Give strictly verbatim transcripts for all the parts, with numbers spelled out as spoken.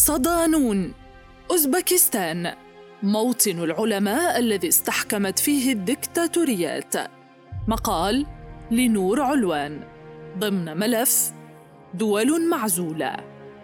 صدانون، أوزبكستان، موطن العلماء الذي استحكمت فيه الدكتاتوريات. مقال لنور علوان ضمن ملف دول معزولة.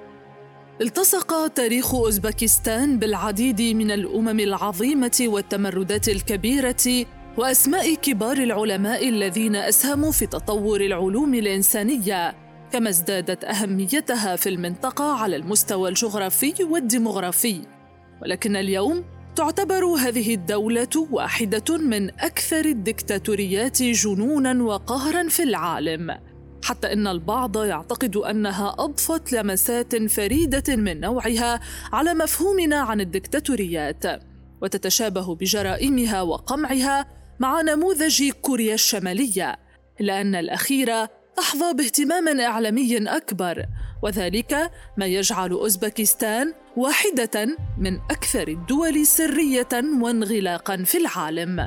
التصق تاريخ أوزبكستان بالعديد من الأمم العظيمة والتمردات الكبيرة وأسماء كبار العلماء الذين أسهموا في تطور العلوم الإنسانية، كما ازدادت أهميتها في المنطقة على المستوى الجغرافي والديمغرافي. ولكن اليوم تعتبر هذه الدولة واحدة من أكثر الدكتاتوريات جنوناً وقهراً في العالم، حتى إن البعض يعتقد أنها أضفت لمسات فريدة من نوعها على مفهومنا عن الدكتاتوريات، وتتشابه بجرائمها وقمعها مع نموذج كوريا الشمالية، إلا أن الأخيرة تحظى باهتمام إعلامي أكبر، وذلك ما يجعل أوزبكستان واحدة من أكثر الدول سرية وانغلاقاً في العالم.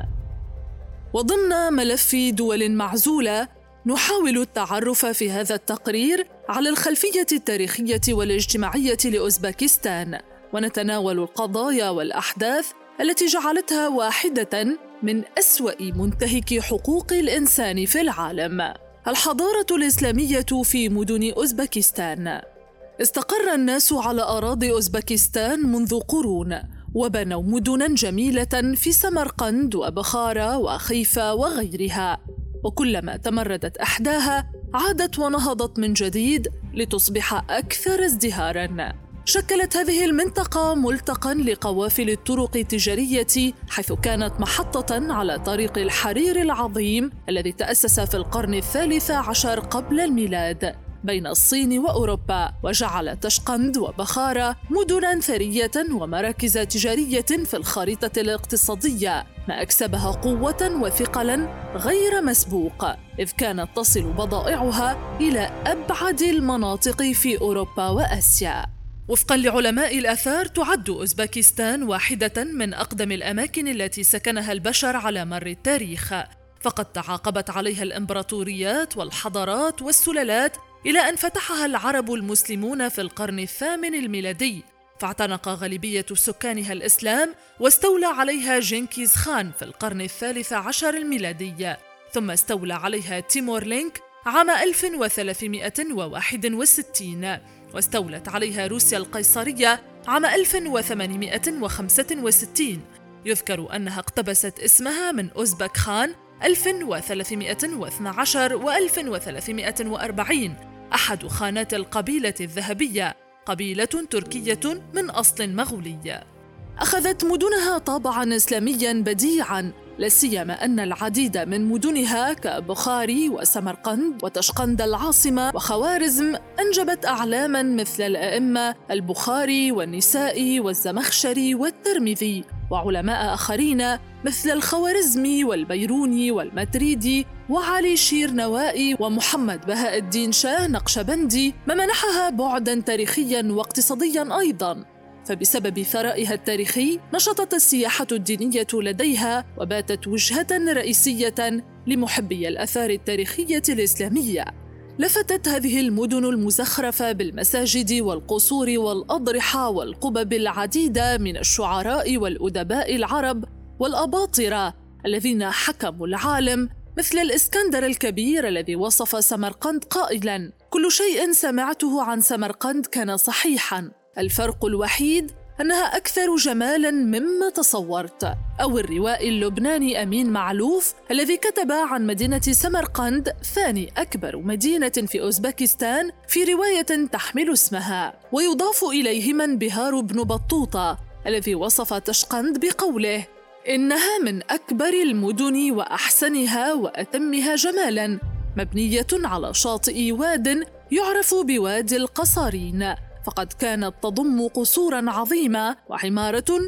وضمن ملف دول معزولة نحاول التعرف في هذا التقرير على الخلفية التاريخية والاجتماعية لأوزبكستان، ونتناول القضايا والأحداث التي جعلتها واحدة من أسوأ منتهكي حقوق الإنسان في العالم. الحضارة الإسلامية في مدن أوزبكستان. استقر الناس على أراضي أوزبكستان منذ قرون، وبنوا مدناً جميلة في سمرقند وبخارى وخيفا وغيرها، وكلما تمردت إحداها عادت ونهضت من جديد لتصبح أكثر ازدهاراً. شكلت هذه المنطقة ملتقاً لقوافل الطرق التجارية، حيث كانت محطة على طريق الحرير العظيم الذي تأسس في القرن الثالث عشر قبل الميلاد بين الصين وأوروبا، وجعل تشقند وبخارى مدناً ثرية ومراكز تجارية في الخريطة الاقتصادية، ما أكسبها قوة وثقلاً غير مسبوق، إذ كانت تصل بضائعها إلى أبعد المناطق في أوروبا وآسيا. وفقاً لعلماء الآثار تعد أوزبكستان واحدة من أقدم الأماكن التي سكنها البشر على مر التاريخ، فقد تعاقبت عليها الإمبراطوريات والحضارات والسلالات إلى أن فتحها العرب المسلمون في القرن الثامن الميلادي، فاعتنق غالبية سكانها الإسلام، واستولى عليها جنكيز خان في القرن الثالث عشر الميلادي، ثم استولى عليها تيمورلينك عام ألف وثلاثمائة وواحد وستين، واستولت عليها روسيا القيصرية عام ألف وثمانمائة وخمسة وستين. يذكر أنها اقتبست اسمها من أوزبك خان ألف وثلاثمائة واثني عشر وألف وثلاثمائة وأربعين، أحد خانات القبيلة الذهبية، قبيلة تركية من أصل مغولي. أخذت مدنها طابعاً إسلامياً بديعاً، لا سيما أن العديد من مدنها كبخاري وسمرقند وتشقند العاصمة وخوارزم أنجبت أعلاماً مثل الأئمة البخاري والنسائي والزمخشري والترمذي، وعلماء آخرين مثل الخوارزمي والبيروني والماتريدي وعلي شير نوائي ومحمد بهاء الدين شاه نقشبندي، ما منحها بعداً تاريخياً واقتصادياً أيضاً. فبسبب ثرائها التاريخي نشطت السياحة الدينية لديها، وباتت وجهة رئيسية لمحبي الآثار التاريخية الإسلامية. لفتت هذه المدن المزخرفة بالمساجد والقصور والأضرحة والقبب العديدة من الشعراء والأدباء العرب والأباطرة الذين حكموا العالم، مثل الإسكندر الكبير الذي وصف سمرقند قائلاً: كل شيء سمعته عن سمرقند كان صحيحاً، الفرق الوحيد أنها أكثر جمالاً مما تصورت. أو الروائي اللبناني أمين معلوف الذي كتب عن مدينة سمرقند، ثاني أكبر مدينة في أوزبكستان، في رواية تحمل اسمها. ويضاف إليهما انبهار بن بطوطة الذي وصف تشقند بقوله: إنها من أكبر المدن وأحسنها وأتمها جمالاً، مبنية على شاطئ واد يعرف بوادي القصارين، فقد كانت تضم قصوراً عظيمة وعمارة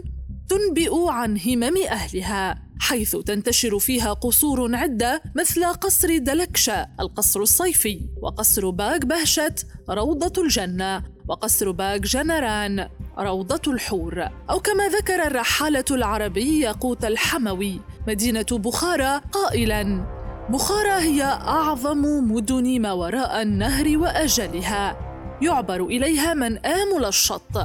تنبئ عن همم أهلها، حيث تنتشر فيها قصور عدة مثل قصر دلكشة القصر الصيفي، وقصر باغ بهشت روضة الجنة، وقصر باغ جنران روضة الحور. أو كما ذكر الرحالة العربي ياقوت الحموي مدينة بخارى قائلاً: بخارى هي أعظم مدن ما وراء النهر وأجلها، يعبر إليها من آمل الشط،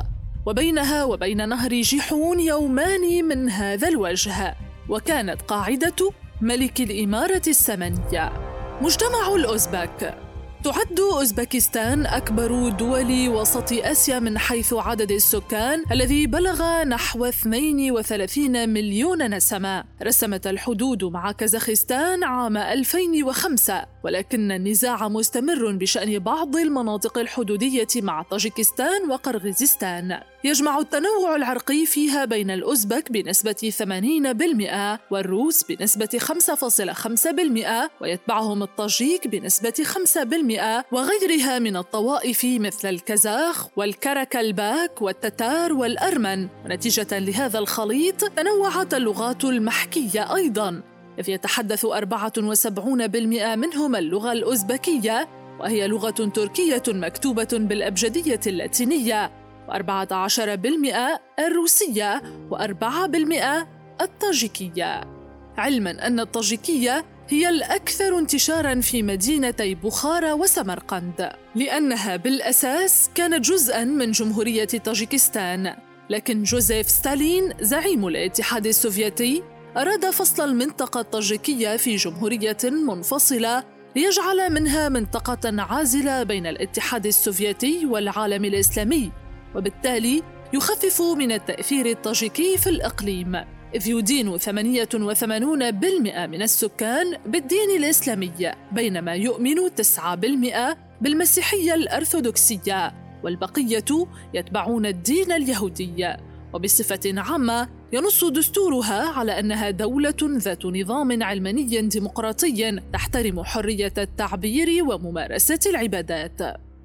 وبينها وبين نهر جيحون يومان من هذا الوجه، وكانت قاعدة ملك الإمارة السمنية. مجتمع الأوزبك. تعد أوزبكستان أكبر دول وسط آسيا من حيث عدد السكان الذي بلغ نحو اثنين وثلاثين مليون نسمة. رسمت الحدود مع كازاخستان عام ألفين وخمسة، ولكن النزاع مستمر بشأن بعض المناطق الحدودية مع طاجيكستان وقرغيزستان. يجمع التنوع العرقي فيها بين الأوزبك بنسبة ثمانين بالمئة والروس بنسبة خمسة فاصلة خمسة بالمئة، ويتبعهم الطاجيك بنسبة خمسة بالمئة، وغيرها من الطوائف مثل الكازاخ والكراكلباك والتتار والأرمن. ونتيجة لهذا الخليط تنوعت اللغات المحكية أيضاً، إذ يتحدث أربعة وسبعين بالمئة منهم اللغة الأوزبكية، وهي لغة تركية مكتوبة بالأبجدية اللاتينية، وأربعة عشر بالمئة الروسية، وأربعة بالمئة الطاجيكية. علماً أن الطاجيكية هي الأكثر انتشاراً في مدينتي بخارى وسمرقند، لأنها بالأساس كانت جزءاً من جمهورية طاجيكستان. لكن جوزيف ستالين زعيم الاتحاد السوفيتي أراد فصل المنطقة الطاجيكية في جمهورية منفصلة ليجعل منها منطقة عازلة بين الاتحاد السوفيتي والعالم الإسلامي، وبالتالي يخفف من التأثير الطاجيكي في الإقليم، إذ يدين ثمانية وثمانين بالمئة من السكان بالدين الإسلامي، بينما يؤمن تسعة بالمئة بالمسيحية الأرثوذكسية، والبقية يتبعون الدين اليهودي. وبصفة عامة ينص دستورها على أنها دولة ذات نظام علماني ديمقراطي تحترم حرية التعبير وممارسة العبادات.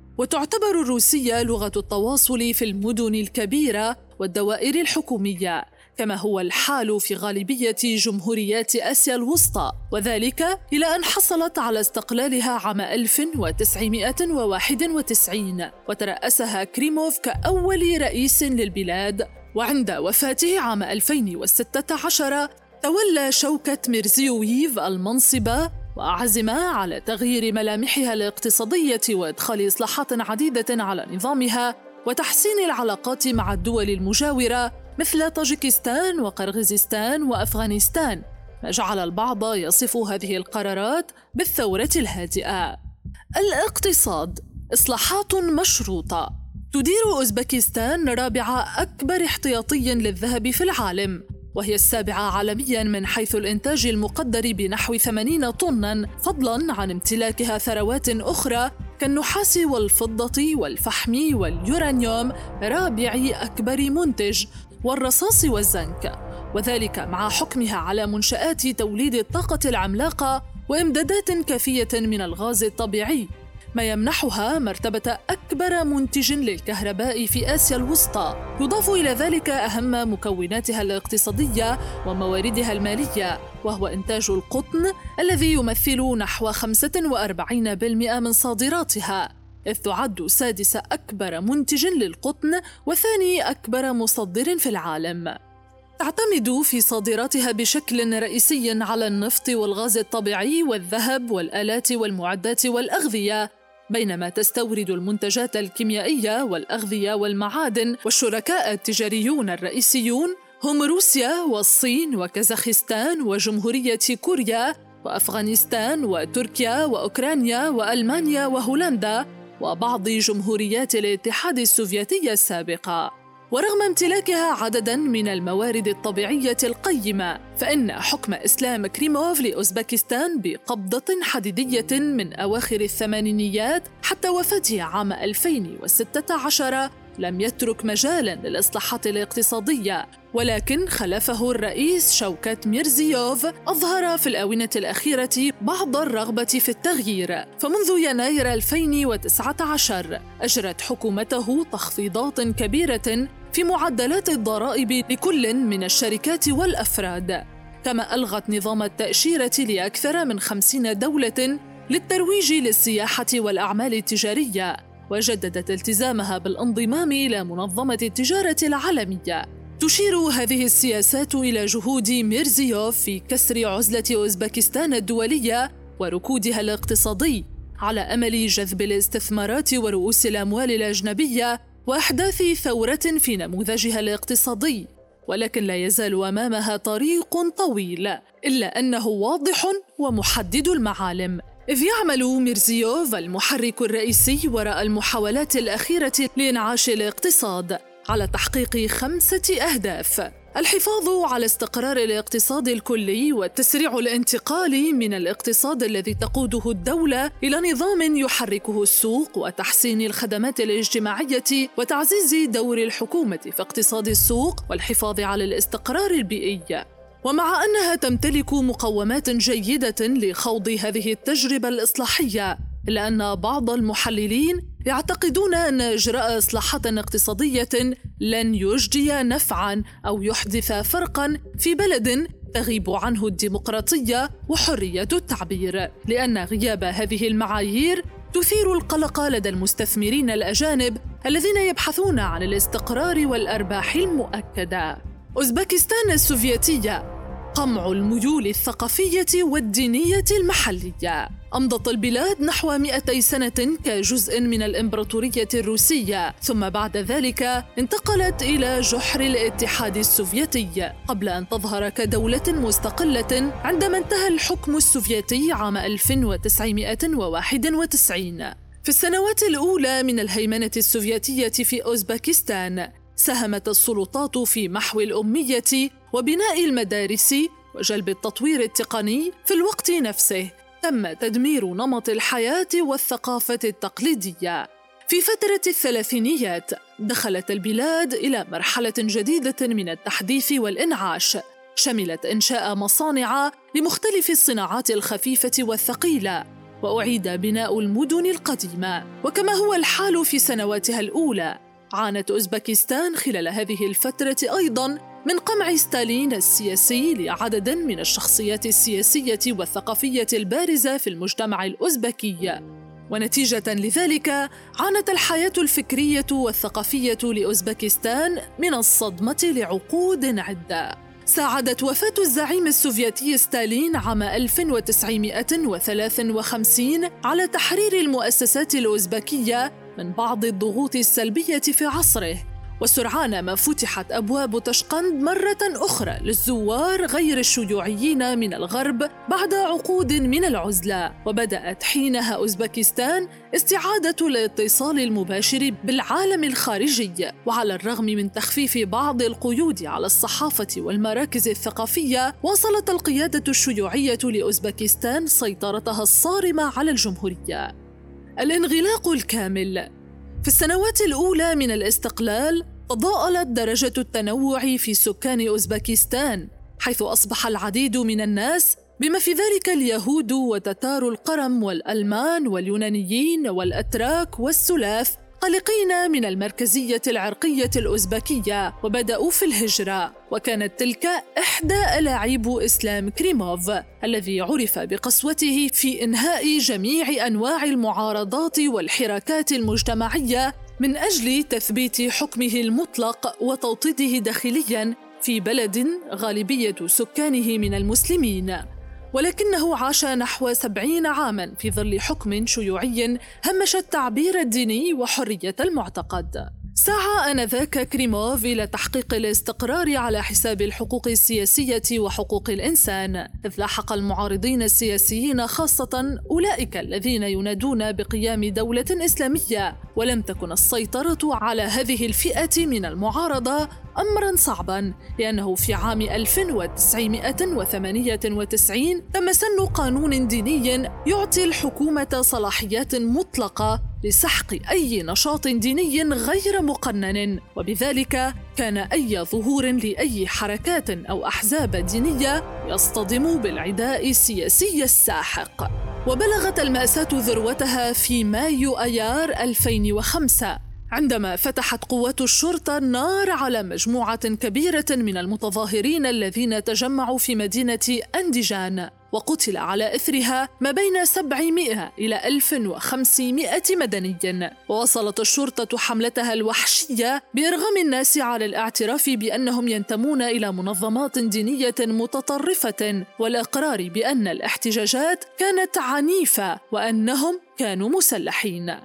وتعتبر الروسية لغة التواصل في المدن الكبيرة والدوائر الحكومية، كما هو الحال في غالبية جمهوريات آسيا الوسطى، وذلك إلى أن حصلت على استقلالها عام ألف وتسعمائة وواحد وتسعين، وترأسها كريموف كأول رئيس للبلاد. وعند وفاته عام ألفين وستة عشر تولى شوكت ميرزيويف المنصب، وعزم على تغيير ملامحها الاقتصادية وإدخال إصلاحات عديدة على نظامها وتحسين العلاقات مع الدول المجاورة مثل طاجيكستان وقرغيزستان وأفغانستان، ما جعل البعض يصف هذه القرارات بالثورة الهادئة. الاقتصاد. إصلاحات مشروطة. تدير أوزبكستان رابع أكبر احتياطي للذهب في العالم، وهي السابعة عالمياً من حيث الإنتاج المقدر بنحو ثمانين طناً، فضلاً عن امتلاكها ثروات أخرى كالنحاس والفضة والفحم واليورانيوم، رابع أكبر منتج، والرصاص والزنك، وذلك مع حكمها على منشآت توليد الطاقة العملاقة وإمدادات كافية من الغاز الطبيعي، ما يمنحها مرتبة أكبر منتج للكهرباء في آسيا الوسطى. يضاف إلى ذلك أهم مكوناتها الاقتصادية ومواردها المالية، وهو إنتاج القطن الذي يمثل نحو خمسة وأربعين بالمئة من صادراتها، إذ تعد سادس أكبر منتج للقطن وثاني أكبر مصدر في العالم. تعتمد في صادراتها بشكل رئيسي على النفط والغاز الطبيعي والذهب والآلات والمعدات والأغذية، بينما تستورد المنتجات الكيميائية والأغذية والمعادن. والشركاء التجاريون الرئيسيون هم روسيا والصين وكازاخستان وجمهورية كوريا وأفغانستان وتركيا وأوكرانيا وألمانيا وهولندا وبعض جمهوريات الاتحاد السوفيتي السابقة. ورغم امتلاكها عدداً من الموارد الطبيعية القيمة، فإن حكم إسلام كريموف لأوزبكستان بقبضة حديدية من أواخر الثمانينيات حتى وفاته عام ألفين وستة عشر لم يترك مجالاً للإصلاحات الاقتصادية، ولكن خلفه الرئيس شوكت ميرزيوف أظهر في الآونة الأخيرة بعض الرغبة في التغيير. فمنذ يناير ألفين وتسعة عشر أجرت حكومته تخفيضات كبيرة في معدلات الضرائب لكل من الشركات والأفراد، كما ألغت نظام التأشيرة لأكثر من خمسين دولة للترويج للسياحة والأعمال التجارية، وجددت التزامها بالانضمام إلى منظمة التجارة العالمية. تشير هذه السياسات إلى جهود ميرزيوف في كسر عزلة أوزبكستان الدولية وركودها الاقتصادي، على أمل جذب الاستثمارات ورؤوس الأموال الأجنبية وإحداث ثورة في نموذجها الاقتصادي، ولكن لا يزال أمامها طريق طويل، إلا أنه واضح ومحدد المعالم. إذ يعمل ميرزيوف المحرك الرئيسي وراء المحاولات الأخيرة لإنعاش الاقتصاد على تحقيق خمسة أهداف: الحفاظ على استقرار الاقتصاد الكلي والتسريع الانتقال من الاقتصاد الذي تقوده الدولة إلى نظام يحركه السوق، وتحسين الخدمات الاجتماعية وتعزيز دور الحكومة في اقتصاد السوق والحفاظ على الاستقرار البيئي. ومع أنها تمتلك مقومات جيدة لخوض هذه التجربة الإصلاحية، إلا أن بعض المحللين يعتقدون أن إجراء إصلاحات اقتصادية لن يجدي نفعاً أو يحدث فرقاً في بلد تغيب عنه الديمقراطية وحرية التعبير، لأن غياب هذه المعايير تثير القلق لدى المستثمرين الأجانب الذين يبحثون عن الاستقرار والأرباح المؤكدة. أوزبكستان السوفيتية: قمع الميول الثقافية والدينية المحلية. أمضت البلاد نحو مئتي سنة كجزء من الإمبراطورية الروسية، ثم بعد ذلك انتقلت إلى جحر الاتحاد السوفيتي قبل أن تظهر كدولة مستقلة عندما انتهى الحكم السوفيتي عام ألف وتسعمائة وواحد وتسعين. في السنوات الأولى من الهيمنة السوفيتية في أوزبكستان، ساهمت السلطات في محو الأمية وبناء المدارس وجلب التطوير التقني. في الوقت نفسه تم تدمير نمط الحياة والثقافة التقليدية. في فترة الثلاثينيات دخلت البلاد إلى مرحلة جديدة من التحديث والإنعاش، شملت إنشاء مصانع لمختلف الصناعات الخفيفة والثقيلة، وأعيد بناء المدن القديمة. وكما هو الحال في سنواتها الأولى، عانت أوزبكستان خلال هذه الفترة أيضاً من قمع ستالين السياسي لعدد من الشخصيات السياسية والثقافية البارزة في المجتمع الأوزبكي، ونتيجة لذلك عانت الحياة الفكرية والثقافية لأوزبكستان من الصدمة لعقود عدة. ساعدت وفاة الزعيم السوفيتي ستالين عام ألف وتسعمائة وثلاثة وخمسين على تحرير المؤسسات الأوزبكية من بعض الضغوط السلبية في عصره، وسرعان ما فتحت أبواب تشقند مرة أخرى للزوار غير الشيوعيين من الغرب بعد عقود من العزلة، وبدأت حينها أوزبكستان استعادة الاتصال المباشر بالعالم الخارجي. وعلى الرغم من تخفيف بعض القيود على الصحافة والمراكز الثقافية، واصلت القيادة الشيوعية لأوزبكستان سيطرتها الصارمة على الجمهورية. الانغلاق الكامل. في السنوات الأولى من الاستقلال تضاءلت درجة التنوع في سكان أوزبكستان، حيث أصبح العديد من الناس بما في ذلك اليهود وتتار القرم والألمان واليونانيين والأتراك والسلاف قلقين من المركزية العرقية الأوزبكية، وبدأوا في الهجرة. وكانت تلك إحدى ألاعيب إسلام كريموف الذي عرف بقسوته في إنهاء جميع أنواع المعارضات والحراكات المجتمعية من أجل تثبيت حكمه المطلق وتوطيده داخلياً في بلد غالبية سكانه من المسلمين. ولكنه عاش نحو سبعين عاماً في ظل حكم شيوعي همش التعبير الديني وحرية المعتقد. سعى آنذاك كريموف إلى تحقيق الاستقرار على حساب الحقوق السياسية وحقوق الإنسان، إذ لاحق المعارضين السياسيين خاصة أولئك الذين ينادون بقيام دولة إسلامية، ولم تكن السيطرة على هذه الفئة من المعارضة أمراً صعباً، لأنه في عام ألف وتسعمائة وثمانية وتسعين تم سن قانون ديني يعطي الحكومة صلاحيات مطلقة لسحق أي نشاط ديني غير مقنن، وبذلك كان أي ظهور لأي حركات أو أحزاب دينية يصطدم بالعداء السياسي الساحق. وبلغت المأساة ذروتها في مايو أيار ألفين وخمسة، عندما فتحت قوات الشرطة النار على مجموعة كبيرة من المتظاهرين الذين تجمعوا في مدينة أنديجان، وقتل على إثرها ما بين سبعمائة إلى ألف وخمسمائة مدني. ووصلت الشرطة حملتها الوحشية بإرغام الناس على الاعتراف بأنهم ينتمون إلى منظمات دينية متطرفة، والإقرار بأن الاحتجاجات كانت عنيفة وأنهم كانوا مسلحين.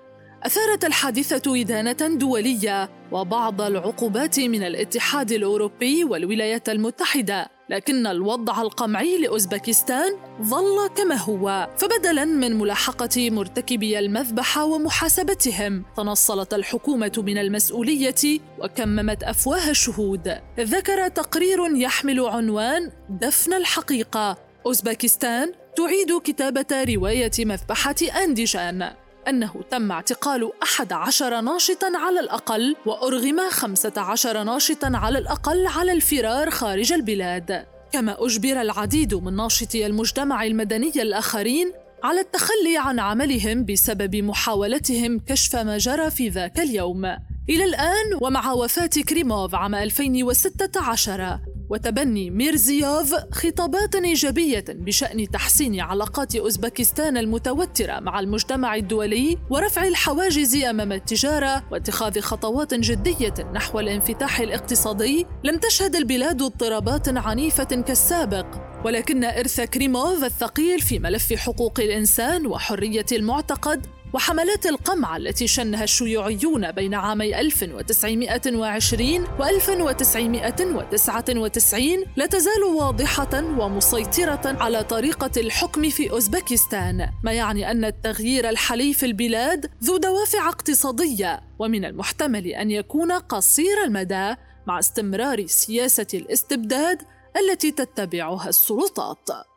أثارت الحادثة إدانة دولية وبعض العقوبات من الاتحاد الأوروبي والولايات المتحدة، لكن الوضع القمعي لأوزبكستان ظل كما هو، فبدلاً من ملاحقة مرتكبي المذبحة ومحاسبتهم، تنصلت الحكومة من المسؤولية وكممت أفواه الشهود. ذكر تقرير يحمل عنوان دفن الحقيقة: أوزبكستان تعيد كتابة رواية مذبحة أنديجان، أنه تم اعتقال أحد عشر ناشطاً على الأقل، وأرغم خمسة عشر ناشطاً على الأقل على الفرار خارج البلاد، كما أجبر العديد من ناشطي المجتمع المدني الآخرين على التخلي عن عملهم بسبب محاولتهم كشف ما جرى في ذاك اليوم. إلى الآن، ومع وفاة كريموف عام ألفين وستة عشر وتبني ميرزيوف خطابات إيجابية بشأن تحسين علاقات أوزبكستان المتوترة مع المجتمع الدولي ورفع الحواجز أمام التجارة واتخاذ خطوات جدية نحو الانفتاح الاقتصادي، لم تشهد البلاد اضطرابات عنيفة كالسابق، ولكن إرث كريموف الثقيل في ملف حقوق الإنسان وحرية المعتقد وحملات القمع التي شنها الشيوعيون بين عامي ألف وتسعمائة وعشرين و ألف وتسعمائة وتسعة وتسعين لا تزال واضحة ومسيطرة على طريقة الحكم في أوزبكستان، ما يعني أن التغيير الحالي في البلاد ذو دوافع اقتصادية، ومن المحتمل أن يكون قصير المدى مع استمرار سياسة الاستبداد التي تتبعها السلطات.